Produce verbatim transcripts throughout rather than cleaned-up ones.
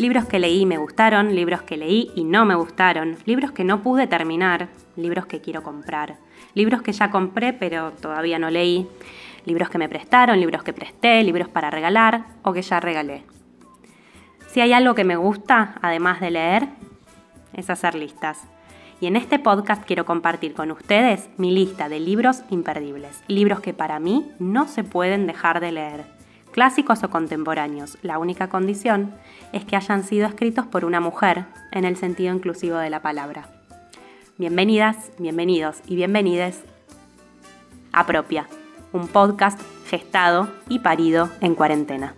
Libros que leí y me gustaron, libros que leí y no me gustaron, libros que no pude terminar, libros que quiero comprar, libros que ya compré pero todavía no leí, libros que me prestaron, libros que presté, libros para regalar o que ya regalé. Si hay algo que me gusta, además de leer, es hacer listas. Y en este podcast quiero compartir con ustedes mi lista de libros imperdibles, libros que para mí no se pueden dejar de leer, clásicos o contemporáneos. La única condición es que hayan sido escritos por una mujer, en el sentido inclusivo de la palabra. Bienvenidas, bienvenidos y bienvenides a Propia, un podcast gestado y parido en cuarentena.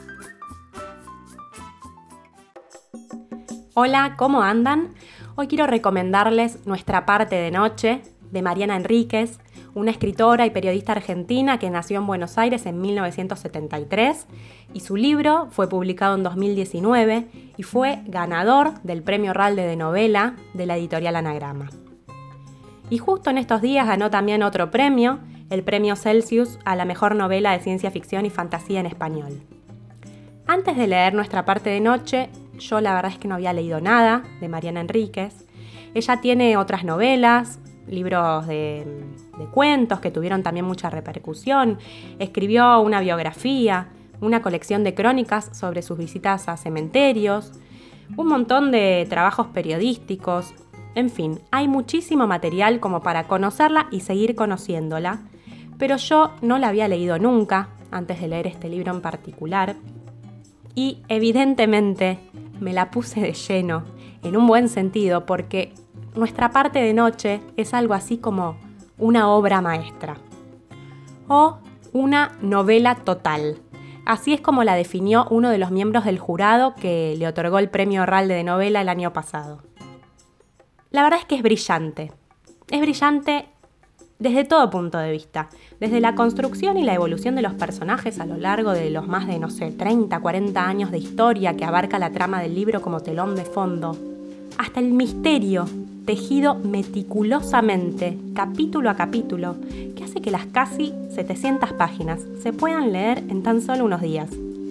Hola, ¿cómo andan? Hoy quiero recomendarles Nuestra parte de noche, de Mariana Enríquez, una escritora y periodista argentina que nació en Buenos Aires en mil novecientos setenta y tres y su libro fue publicado en dos mil diecinueve y fue ganador del Premio Ralde de Novela de la editorial Anagrama. Y justo en estos días ganó también otro premio, el Premio Celsius a la mejor novela de ciencia ficción y fantasía en español. Antes de leer Nuestra parte de noche, yo la verdad es que no había leído nada de Mariana Enríquez. Ella tiene otras novelas, libros de, de cuentos que tuvieron también mucha repercusión. Escribió una biografía, una colección de crónicas sobre sus visitas a cementerios, un montón de trabajos periodísticos. En fin, hay muchísimo material como para conocerla y seguir conociéndola, pero yo no la había leído nunca antes de leer este libro en particular. Y evidentemente me la puse de lleno, en un buen sentido, porque Nuestra parte de noche es algo así como una obra maestra o una novela total. Así es como la definió uno de los miembros del jurado que le otorgó el Premio Ralde de Novela el año pasado. La verdad es que es brillante. Es brillante desde todo punto de vista, desde la construcción y la evolución de los personajes a lo largo de los más de, no sé, treinta, cuarenta años de historia que abarca la trama del libro como telón de fondo, hasta el misterio tejido meticulosamente, capítulo a capítulo, que hace que las casi setecientas páginas se puedan leer en tan solo unos días.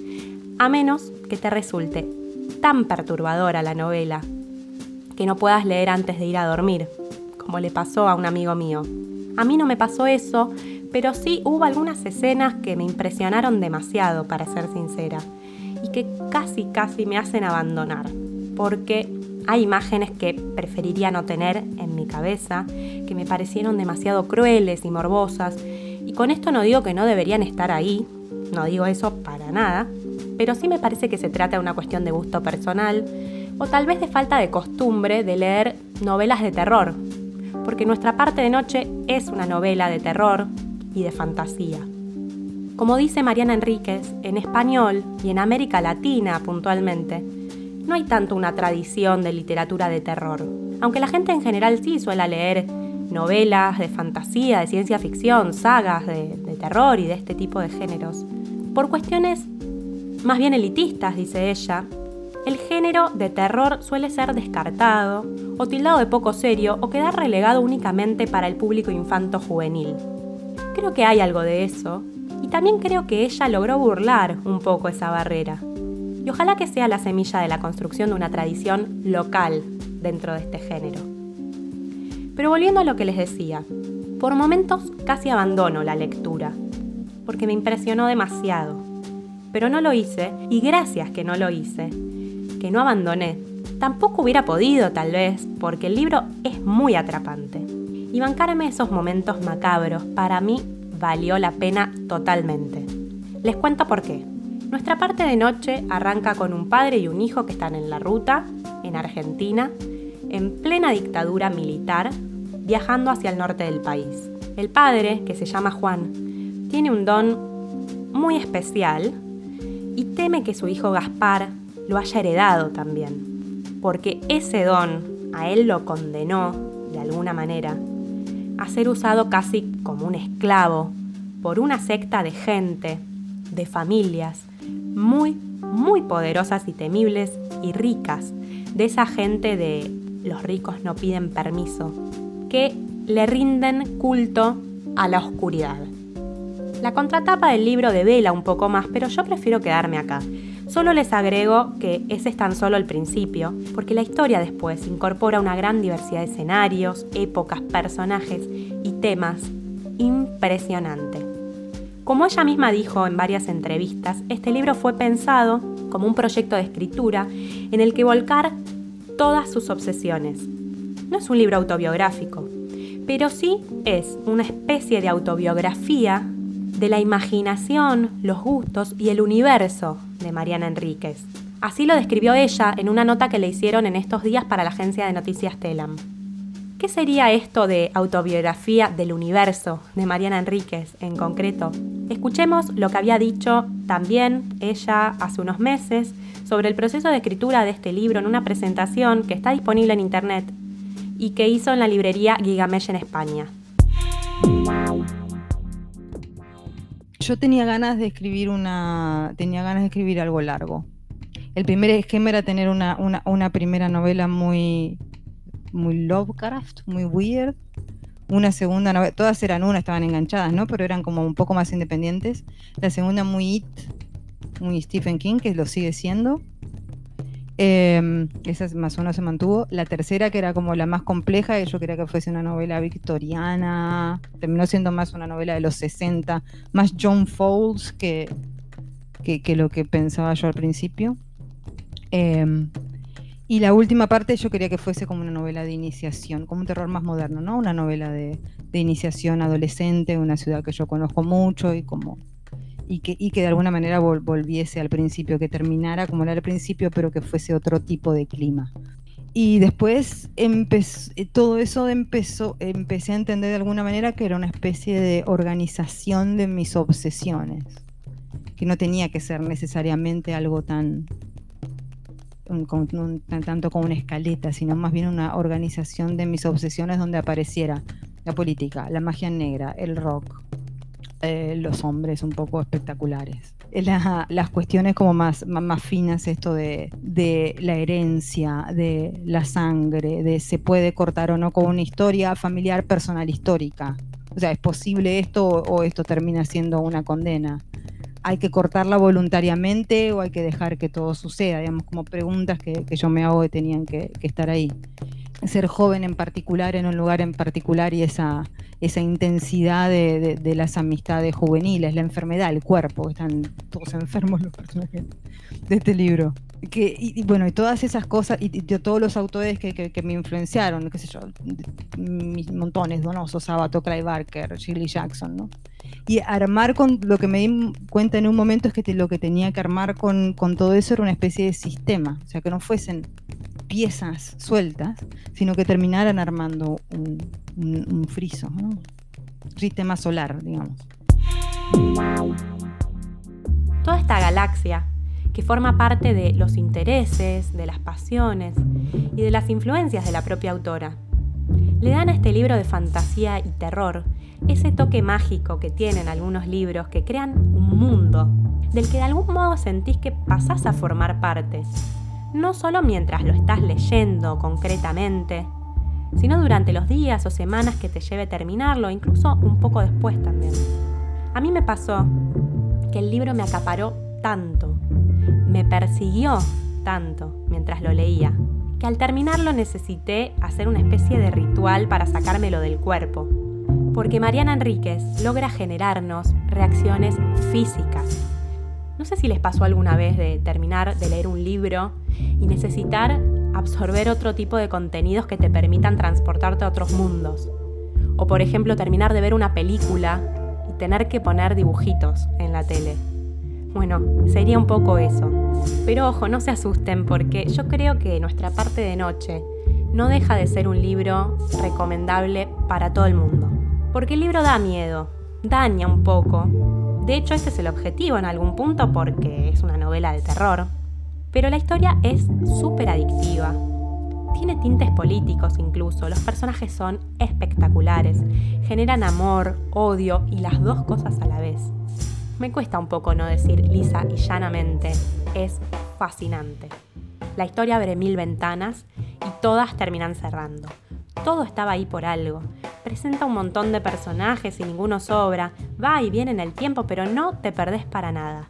A menos que te resulte tan perturbadora la novela que no puedas leer antes de ir a dormir, como le pasó a un amigo mío. A mí no me pasó eso, pero sí hubo algunas escenas que me impresionaron demasiado, para ser sincera, y que casi, casi me hacen abandonar, porque hay imágenes que preferiría no tener en mi cabeza, que me parecieron demasiado crueles y morbosas, y con esto no digo que no deberían estar ahí, no digo eso para nada, pero sí me parece que se trata de una cuestión de gusto personal, o tal vez de falta de costumbre de leer novelas de terror, porque Nuestra parte de noche es una novela de terror y de fantasía. Como dice Mariana Enríquez, en español y en América Latina puntualmente, no hay tanto una tradición de literatura de terror, aunque la gente en general sí suele leer novelas de fantasía, de ciencia ficción, sagas de, de terror y de este tipo de géneros. Por cuestiones más bien elitistas, dice ella, el género de terror suele ser descartado o tildado de poco serio o quedar relegado únicamente para el público infanto-juvenil. Creo que hay algo de eso y también creo que ella logró burlar un poco esa barrera. Y ojalá que sea la semilla de la construcción de una tradición local dentro de este género. Pero volviendo a lo que les decía, por momentos casi abandono la lectura, porque me impresionó demasiado. Pero no lo hice, y gracias que no lo hice, que no abandoné. Tampoco hubiera podido, tal vez, porque el libro es muy atrapante. Y bancarme esos momentos macabros, para mí, valió la pena totalmente. Les cuento por qué. Nuestra parte de noche arranca con un padre y un hijo que están en la ruta, en Argentina, en plena dictadura militar, viajando hacia el norte del país. El padre, que se llama Juan, tiene un don muy especial y teme que su hijo Gaspar lo haya heredado también, porque ese don a él lo condenó, de alguna manera, a ser usado casi como un esclavo por una secta de gente, de familias, muy, muy poderosas y temibles y ricas, de esa gente de los ricos no piden permiso, que le rinden culto a la oscuridad. La contratapa del libro devela un poco más, pero yo prefiero quedarme acá. Solo les agrego que ese es tan solo el principio, porque la historia después incorpora una gran diversidad de escenarios, épocas, personajes y temas impresionante. Como ella misma dijo en varias entrevistas, este libro fue pensado como un proyecto de escritura en el que volcar todas sus obsesiones. No es un libro autobiográfico, pero sí es una especie de autobiografía de la imaginación, los gustos y el universo de Mariana Enríquez. Así lo describió ella en una nota que le hicieron en estos días para la agencia de noticias Telam. ¿Qué sería esto de autobiografía del universo de Mariana Enríquez en concreto? Escuchemos lo que había dicho también ella hace unos meses sobre el proceso de escritura de este libro en una presentación que está disponible en internet y que hizo en la librería Gigamesh en España. Yo tenía ganas de escribir una, tenía ganas de escribir algo largo. El primer esquema era tener una, una, una primera novela muy, muy Lovecraft, muy weird. Una segunda novela, todas eran una, estaban enganchadas, ¿no? Pero eran como un poco más independientes. La segunda muy It, muy Stephen King, que lo sigue siendo. Eh, esa más o menos se mantuvo. La tercera, que era como la más compleja, que yo quería que fuese una novela victoriana, terminó siendo más una novela de los sesenta, más John Fowles que, que, que lo que pensaba yo al principio. Eh, y la última parte yo quería que fuese como una novela de iniciación, como un terror más moderno, ¿no? Una novela de, de iniciación adolescente en una ciudad que yo conozco mucho y como... Y que, y que de alguna manera vol, volviese al principio, que terminara como era al principio, pero que fuese otro tipo de clima. Y después empezó, todo eso empezó, empecé a entender de alguna manera que era una especie de organización de mis obsesiones, que no tenía que ser necesariamente algo tan, un, un, tan tanto como una escaleta, sino más bien una organización de mis obsesiones donde apareciera la política, la magia negra, el rock, Eh, los hombres un poco espectaculares. La, las cuestiones como más, más, más finas, esto de, de la herencia, de la sangre, de se puede cortar o no con una historia familiar personal histórica. O sea, ¿es posible esto o, o esto termina siendo una condena? ¿Hay que cortarla voluntariamente o hay que dejar que todo suceda? Digamos, como preguntas que, que yo me hago que tenían que, que estar ahí. Ser joven en particular, en un lugar en particular, y esa, esa intensidad de, de, de las amistades juveniles, la enfermedad, el cuerpo, que están todos enfermos los personajes de este libro. Que, y, y bueno, y todas esas cosas, y, y de todos los autores que, que, que me influenciaron, qué sé yo, mis montones, Donoso, Sábato, Clive Barker, Shirley Jackson, ¿no? Y armar con, lo que me di cuenta en un momento es que te, lo que tenía que armar con, con todo eso era una especie de sistema, o sea, que no fuesen piezas sueltas, sino que terminaran armando un, un, un friso, ¿no? Un sistema solar, digamos. Toda esta galaxia, que forma parte de los intereses, de las pasiones y de las influencias de la propia autora, le dan a este libro de fantasía y terror ese toque mágico que tienen algunos libros que crean un mundo del que de algún modo sentís que pasás a formar parte, no solo mientras lo estás leyendo concretamente, sino durante los días o semanas que te lleve terminarlo, incluso un poco después también. A mí me pasó que el libro me acaparó tanto, me persiguió tanto mientras lo leía, que al terminarlo necesité hacer una especie de ritual para sacármelo del cuerpo, porque Mariana Enríquez logra generarnos reacciones físicas. No sé si les pasó alguna vez de terminar de leer un libro y necesitar absorber otro tipo de contenidos que te permitan transportarte a otros mundos. O por ejemplo, terminar de ver una película y tener que poner dibujitos en la tele. Bueno, sería un poco eso. Pero ojo, no se asusten porque yo creo que Nuestra parte de noche no deja de ser un libro recomendable para todo el mundo. Porque el libro da miedo, daña un poco. De hecho, ese es el objetivo en algún punto porque es una novela de terror. Pero la historia es súper adictiva. Tiene tintes políticos incluso. Los personajes son espectaculares. Generan amor, odio y las dos cosas a la vez. Me cuesta un poco no decir lisa y llanamente. Es fascinante. La historia abre mil ventanas y todas terminan cerrando. Todo estaba ahí por algo. Presenta un montón de personajes y ninguno sobra. Va y viene en el tiempo, pero no te perdés para nada.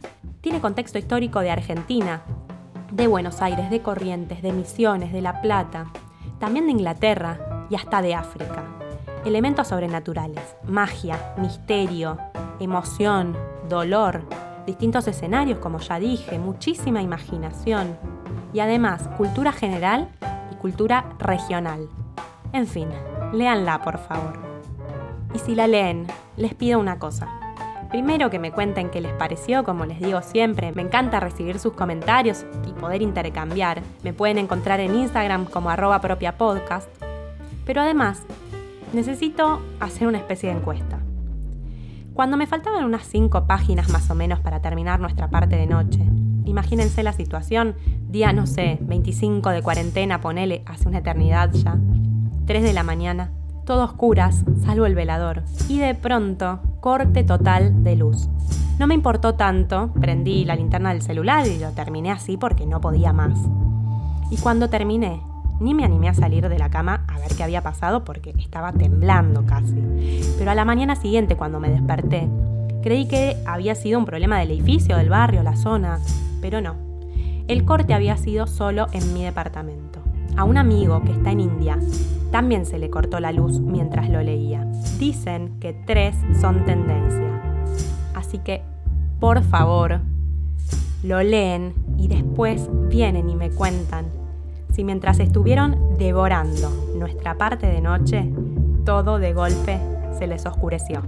Tiene contexto histórico de Argentina, de Buenos Aires, de Corrientes, de Misiones, de La Plata, también de Inglaterra y hasta de África. Elementos sobrenaturales, magia, misterio, emoción, dolor, distintos escenarios, como ya dije, muchísima imaginación y además cultura general y cultura regional. En fin, léanla por favor. Y si la leen, les pido una cosa. Primero, que me cuenten qué les pareció, como les digo siempre. Me encanta recibir sus comentarios y poder intercambiar. Me pueden encontrar en Instagram como arroba propia podcast. Pero además, necesito hacer una especie de encuesta. Cuando me faltaban unas cinco páginas más o menos para terminar nuestra parte de noche, imagínense la situación, día, no sé, veinticinco de cuarentena, ponele, hace una eternidad ya, tres de la mañana, todo a oscuras, salvo el velador, y de pronto, corte total de luz. No me importó tanto, prendí la linterna del celular y lo terminé así porque no podía más. Y cuando terminé, ni me animé a salir de la cama a ver qué había pasado porque estaba temblando casi. Pero a la mañana siguiente, cuando me desperté, creí que había sido un problema del edificio, del barrio, la zona, pero no. El corte había sido solo en mi departamento. A un amigo que está en India también se le cortó la luz mientras lo leía. Dicen que tres son tendencia. Así que, por favor, lo leen y después vienen y me cuentan si mientras estuvieron devorando nuestra parte de noche, todo de golpe se les oscureció.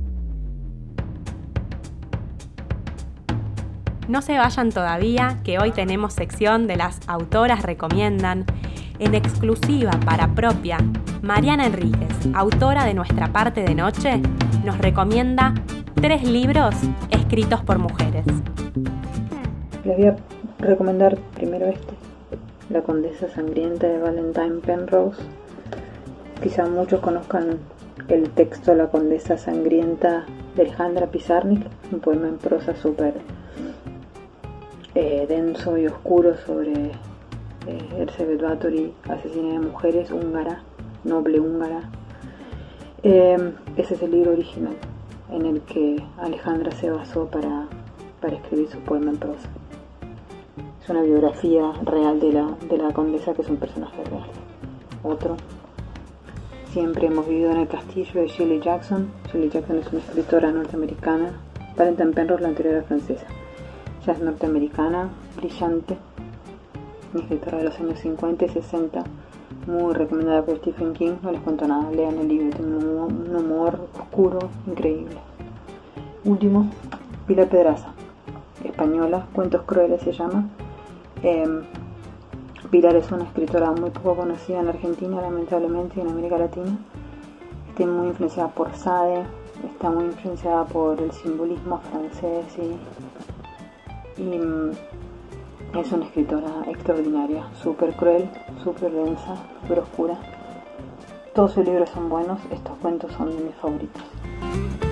No se vayan todavía, que hoy tenemos sección de las autoras recomiendan. En exclusiva para Propia, Mariana Enríquez, autora de Nuestra parte de noche, nos recomienda tres libros escritos por mujeres. Les voy a recomendar primero este, La condesa sangrienta de Valentine Penrose. Quizá muchos conozcan el texto La condesa sangrienta de Alejandra Pizarnik, un poema en prosa súper eh, denso y oscuro sobre eh, Elizabeth Bathory, asesina de mujeres, húngara, noble húngara. Eh, ese es el libro original en el que Alejandra se basó para, para escribir su poema en prosa. Es una biografía real de la, de la condesa, que es un personaje real. Otro, Siempre hemos vivido en el castillo, de Shirley Jackson. Shirley Jackson es una escritora norteamericana. Valentine Penrose, la anterior era francesa. Ella es norteamericana, brillante, una escritora de los años cincuenta y sesenta, muy recomendada por Stephen King. No les cuento nada, lean el libro, tiene un humor, un humor oscuro, increíble. Último, Pilar Pedraza, española, Cuentos crueles se llama. Eh, Pilar es una escritora muy poco conocida en Argentina, lamentablemente, y en América Latina. Está muy influenciada por Sade, está muy influenciada por el simbolismo francés y, y es una escritora extraordinaria, súper cruel, súper densa, súper oscura. Todos sus libros son buenos, estos cuentos son de mis favoritos.